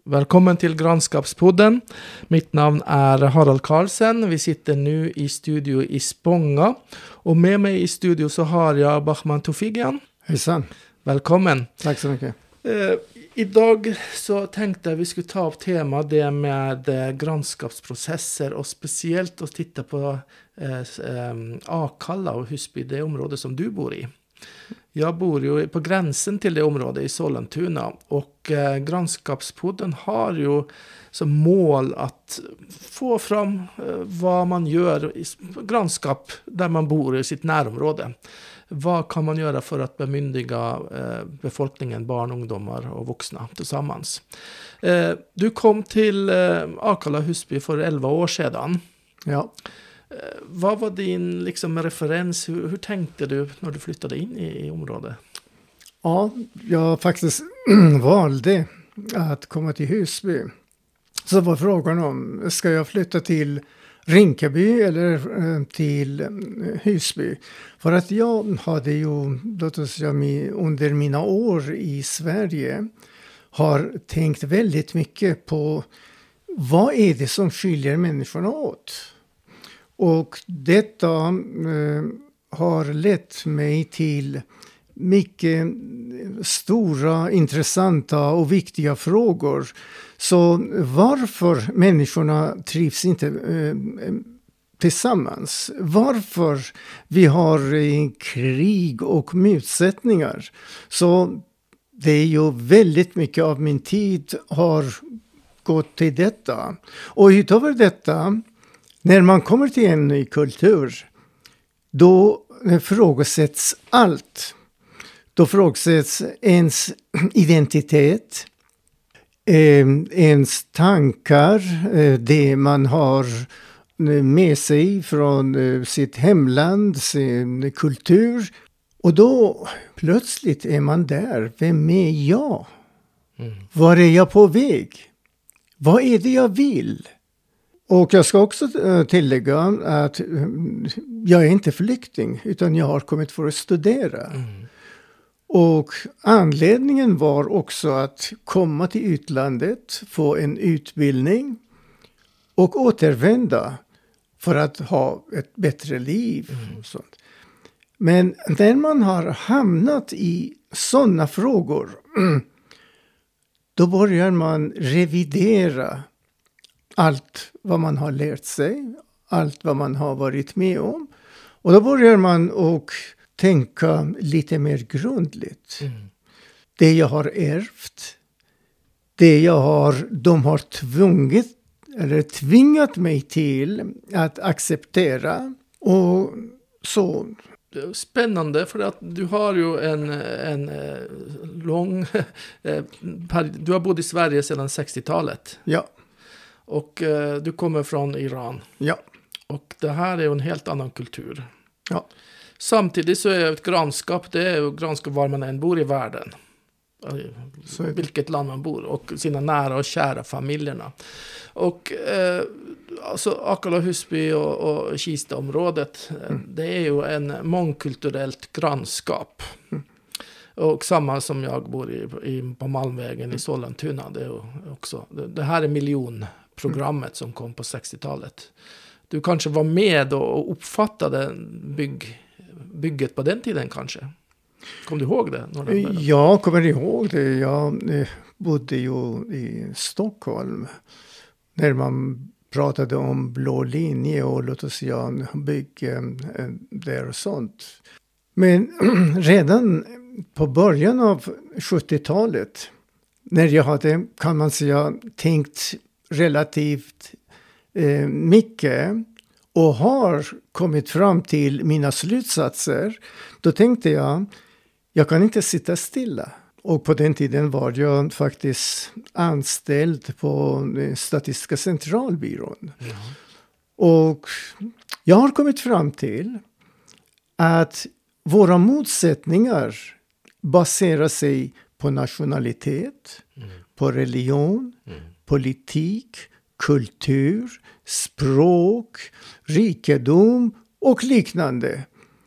Välkommen till Grannskapspodden. Mitt namn är Harald Karlsen. Vi sitter nu i studio i Spånga. Och med mig i studio så har jag Bachman Tofigian. Hejsan. Välkommen. Tack så mycket. Idag så tänkte jag vi skulle ta upp tema det med grannskapsprocesser och speciellt att titta på Akalla och Husby, det område som du bor i. Jag bor ju på gränsen till det området i Sollentuna och grannskapspodden har ju som mål att få fram vad man gör i grannskap där man bor i sitt närområde. Vad kan man göra för att bemyndiga befolkningen, barn, ungdomar och vuxna tillsammans? Du kom till Akalla Husby för 11 år sedan. Ja. Vad var din referens? Hur tänkte du när du flyttade in i området? Ja, jag faktiskt valde att komma till Husby. Så var frågan om, ska jag flytta till Rinkeby eller till Husby? För att jag hade ju, under mina år i Sverige har tänkt väldigt mycket på vad är det som skiljer människorna åt. Och detta har lett mig till mycket stora, intressanta och viktiga frågor. Så varför människorna trivs inte tillsammans? Varför vi har krig och motsättningar? Så det är ju väldigt mycket av min tid har gått till detta. Och utöver detta, när man kommer till en ny kultur, då frågasätts allt. Då frågasätts ens identitet, ens tankar, det man har med sig från sitt hemland, sin kultur. Och då plötsligt är man där. Vem är jag? Var är jag på väg? Vad är det jag vill? Och jag ska också tillägga att jag är inte flykting utan jag har kommit för att studera. Och anledningen var också att komma till utlandet, få en utbildning och återvända för att ha ett bättre liv. Och sånt. Men när man har hamnat i sådana frågor, då börjar man revidera allt vad man har lärt sig, allt vad man har varit med om. Och då börjar man och tänka lite mer grundligt. Det jag har ärvt, det de har tvingat mig till att acceptera. Och så. Spännande, för att du har ju en lång... du har bott i Sverige sedan 60-talet. Ja. Och du kommer från Iran. Ja. Och det här är ju en helt annan kultur. Ja. Samtidigt så är ett grannskap, det är ju grannskap var man än bor i världen. Vilket land man bor. Och sina nära och kära familjerna. Och alltså Akalla, Husby och Kistaområdet, det är ju en mångkulturellt grannskap. Och samma som jag bor på Malmvägen i Sollentuna. Det är ju också, det här är miljonprogrammet som kom på 60-talet. Du kanske var med och uppfattade bygget på den tiden kanske? Kom du ihåg det? Jag kommer ihåg det. Jag bodde ju i Stockholm när man pratade om blå linje och låt oss säga bygga där och sånt. Men redan på början av 70-talet när jag hade, kan man säga, tänkt relativt mycket och har kommit fram till mina slutsatser, då tänkte jag kan inte sitta stilla. Och på den tiden var jag faktiskt anställd på Statistiska centralbyrån. Ja. Och jag har kommit fram till att våra motsättningar baserar sig på nationalitet, på religion, politik, kultur, språk, rikedom och liknande.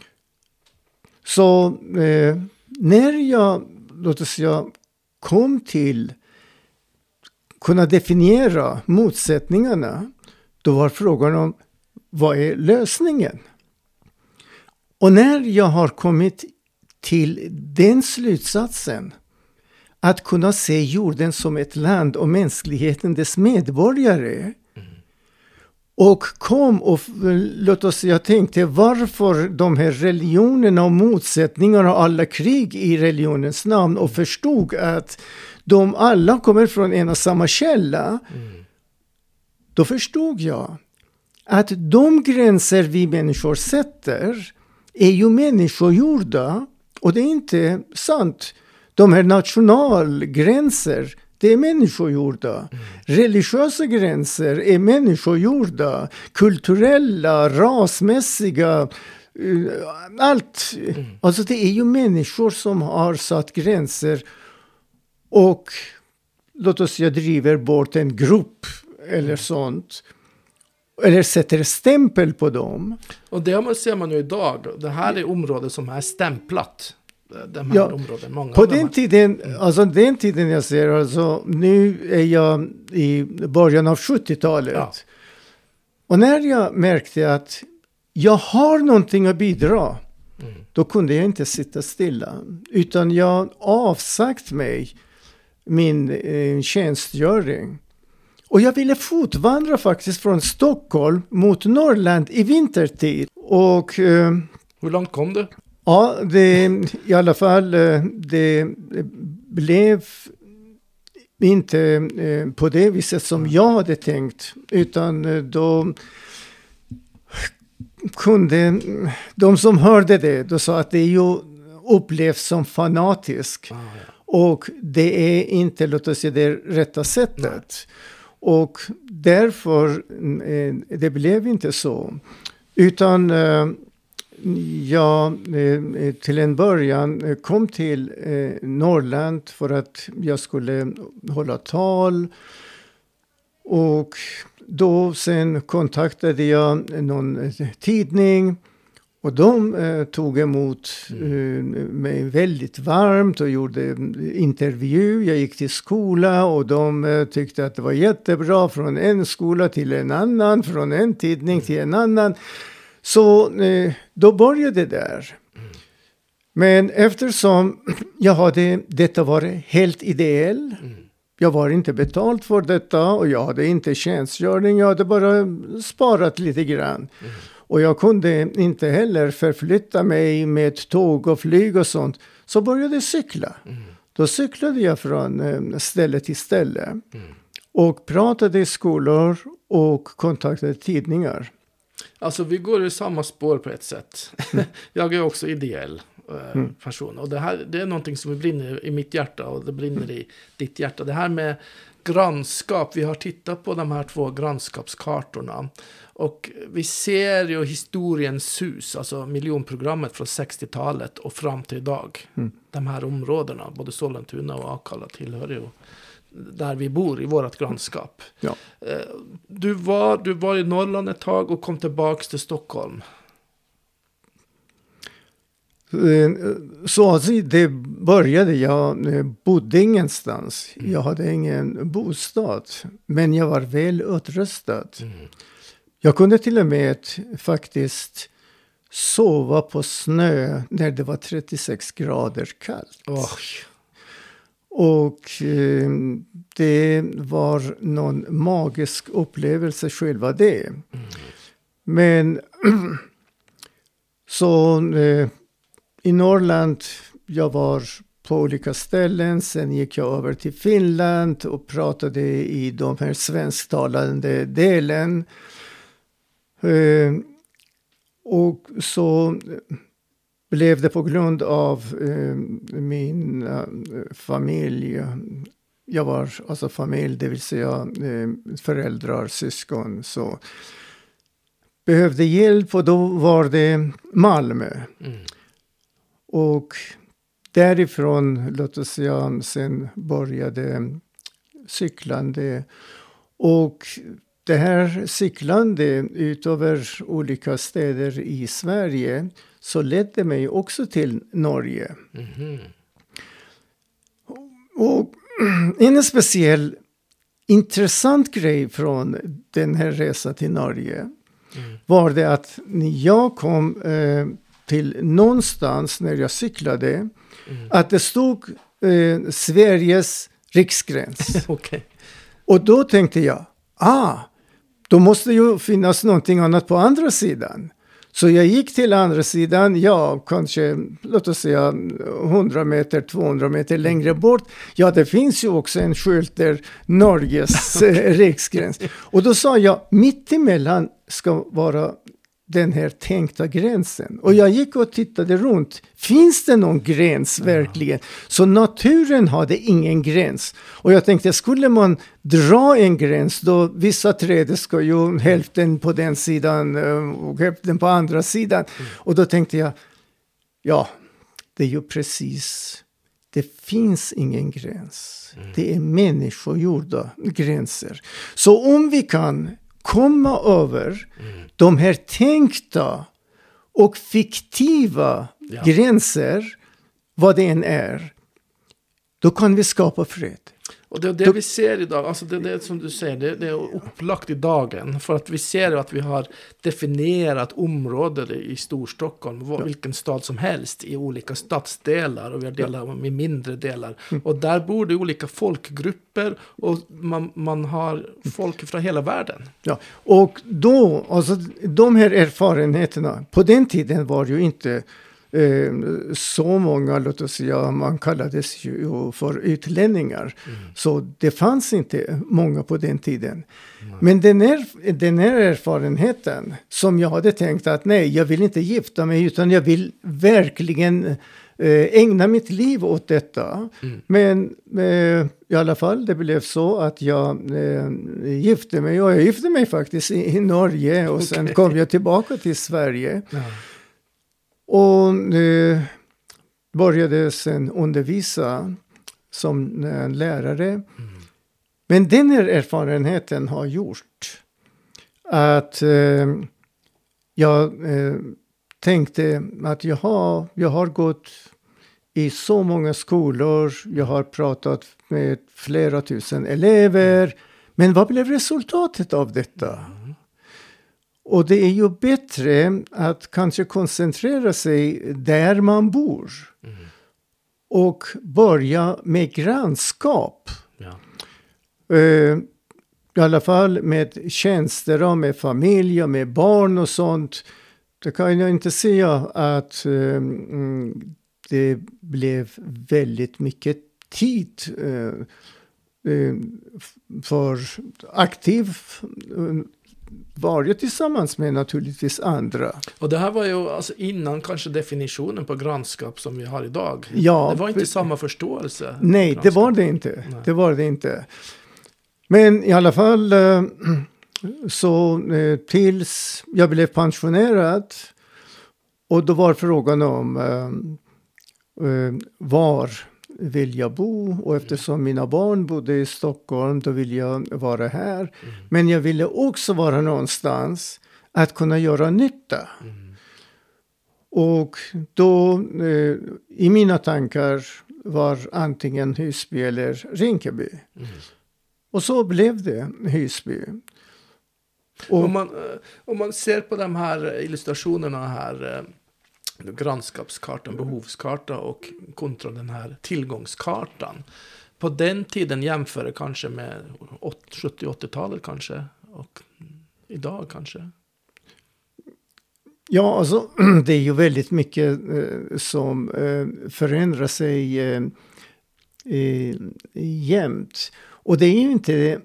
Så när jag kom till kunna definiera motsättningarna, då var frågan om vad är lösningen? Och när jag har kommit till den slutsatsen att kunna se jorden som ett land och mänskligheten dess medborgare. Och jag tänkte varför de här religionerna och motsättningarna och alla krig i religionens namn och förstod att de alla kommer från en och samma källa. Då förstod jag att de gränser vi människor sätter är ju människogjorda, och det är inte sant. De här nationalgränser, det är människogjorda. Religiösa gränser är människogjorda. Kulturella, rasmässiga, allt. Alltså det är ju människor som har satt gränser, och låt oss säga driver bort en grupp eller sånt. Eller sätter stämpel på dem. Och det ser man ju idag. Det här är områden som är stämplat. De här områden, många på den tiden, alltså den tiden jag ser, alltså nu är jag i början av 70-talet. Ja. Och när jag märkte att jag har någonting att bidra, då kunde jag inte sitta stilla. Utan jag avsagt mig min tjänstgöring. Och jag ville fotvandra faktiskt från Stockholm mot Norrland i vintertid. Och hur långt kom du? Ja, i alla fall det blev inte på det viset som jag hade tänkt, utan då kunde de som hörde det, då sa att det är ju upplevs som fanatisk. Och det är inte, låt oss säga, det rätta sättet. Nej. Och därför det blev inte så. Utan jag till en början kom till Norrland för att jag skulle hålla tal. Och då sen kontaktade jag någon tidning. Och de tog emot mig väldigt varmt och gjorde intervju. Jag gick till skola och de tyckte att det var jättebra, från en skola till en annan, från en tidning till en annan. Så då började det där. Men eftersom detta var helt ideell. Jag var inte betalt för detta och jag hade inte tjänstgöring. Jag hade bara sparat lite grann. Och jag kunde inte heller förflytta mig med tåg och flyg och sånt. Så började jag cykla. Då cyklade jag från ställe till ställe. Och pratade i skolor och kontaktade tidningar. Alltså vi går i samma spår på ett sätt. Jag är också ideell person. Och det är någonting som brinner i mitt hjärta och det brinner i ditt hjärta. Det här med grannskap. Vi har tittat på de här 2 grannskapskartorna. Och vi ser ju historiens hus, alltså miljonprogrammet från 60-talet och fram till idag. De här områdena, både Sollentuna och Akalla, tillhör ju där vi bor i vårt grannskap. Ja. Du var i Norrland ett tag och kom tillbaks till Stockholm. Så alltså, det började, jag bodde ingenstans. Jag hade ingen bostad, men jag var väl utrustad. Jag kunde till och med faktiskt sova på snö när det var 36 grader kallt. Och det var någon magisk upplevelse själva det. Men så i Norrland, jag var på olika ställen. Sen gick jag över till Finland och pratade i de här svensktalande delen. Och så blev det på grund av min familj. Jag var alltså familj, det vill säga föräldrar, syskon. Så behövde hjälp och då var det Malmö. Och därifrån, låt oss säga, sen började cyklande. Och det här cyklande utöver olika städer i Sverige så ledde mig också till Norge. Och en speciell intressant grej från den här resan till Norge var det att när jag kom till någonstans när jag cyklade att det stod Sveriges riksgräns. Okay. Och då tänkte jag, då måste ju finnas någonting annat på andra sidan. Så jag gick till andra sidan, kanske låt oss säga 100 meter, 200 meter längre bort. Ja, det finns ju också en skylt där Norges riksgräns. Och då sa jag, mitt emellan ska vara den här tänkta gränsen. Och jag gick och tittade runt. Finns det någon gräns verkligen? Så naturen hade ingen gräns. Och jag tänkte, skulle man dra en gräns då vissa träd ska ju hälften på den sidan och hälften på andra sidan. Och då tänkte jag, det är ju precis, det finns ingen gräns. Det är människogjorda gränser. Så om vi kan komma över de här tänkta och fiktiva gränser, vad det än är, då kan vi skapa fred. Och det är det vi ser idag, alltså det är som du säger, det är upplagt i dagen. För att vi ser att vi har definierat områden i Storstockholm, vilken stad som helst, i olika stadsdelar. Och vi har delar i mindre delar. Och där bor det olika folkgrupper och man har folk från hela världen. Ja, och då, alltså de här erfarenheterna, på den tiden var ju inte så många, låt oss säga, man kallades ju för utlänningar. Så det fanns inte många på den tiden. Men den här erfarenheten som jag hade tänkt att nej, jag vill inte gifta mig utan jag vill verkligen ägna mitt liv åt detta. Men i alla fall det blev så att jag gifte mig, och jag gifte mig faktiskt i Norge och sen kom jag tillbaka till Sverige. Och började sen undervisa som lärare. Men den här erfarenheten har gjort att jag tänkte att jag har gått i så många skolor. Jag har pratat med flera tusen elever. Men vad blev resultatet av detta? Och det är ju bättre att kanske koncentrera sig där man bor. Och börja med grannskap. I alla fall med tjänster och med familj och med barn och sånt. Det kan jag inte säga att det blev väldigt mycket tid för aktiv var ju tillsammans med naturligtvis andra. Och det här var ju alltså innan kanske definitionen på grannskap som vi har idag. Ja, det var inte samma förståelse. Nej, det var det inte. Nej. Det var det inte. Men i alla fall så tills jag blev pensionerad, och då var frågan om var vill jag bo, och eftersom mina barn bodde i Stockholm då ville jag vara här. Men jag ville också vara någonstans att kunna göra nytta. Och då i mina tankar var antingen Husby eller Rinkeby. Och så blev det Husby. Och om man ser på de här illustrationerna här, grannskapskartan, behovskarta och kontra den här tillgångskartan. På den tiden jämför kanske med 70-80-talet kanske, och idag kanske. Ja, alltså det är ju väldigt mycket som förändrar sig jämt. Och det är ju inte,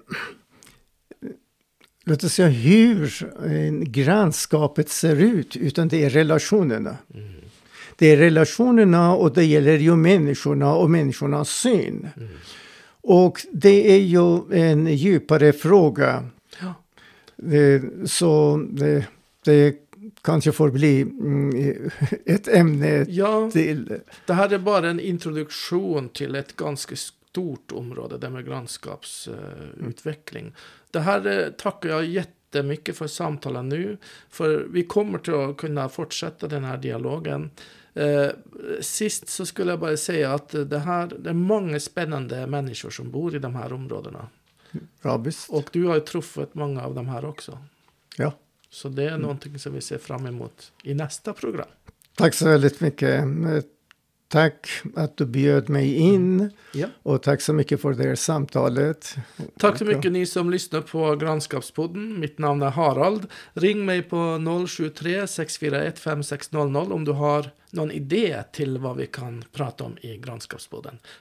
låt oss säga, hur grannskapet ser ut, utan det är relationerna. Det är relationerna, och det gäller ju människorna och människornas syn. Och det är ju en djupare fråga. Ja. Så det kanske får bli ett ämne till. Det här är bara en introduktion till ett ganska stort område, det med grannskapsutveckling. Det här tackar jag jättemycket för samtalen nu. För vi kommer till att kunna fortsätta den här dialogen. Sist så skulle jag bara säga att det är många spännande människor som bor i de här områdena. Ja, visst. Och du har ju truffat många av de här också. Ja. Så det är någonting som vi ser fram emot i nästa program. Tack så väldigt mycket. Tack att du bjöd mig in. Ja. Och tack så mycket för det här samtalet. Tack så mycket ni som lyssnar på Grannskapspodden. Mitt namn är Harald. Ring mig på 073 641 5600 om du har någon idé till vad vi kan prata om i Grannskapspodden.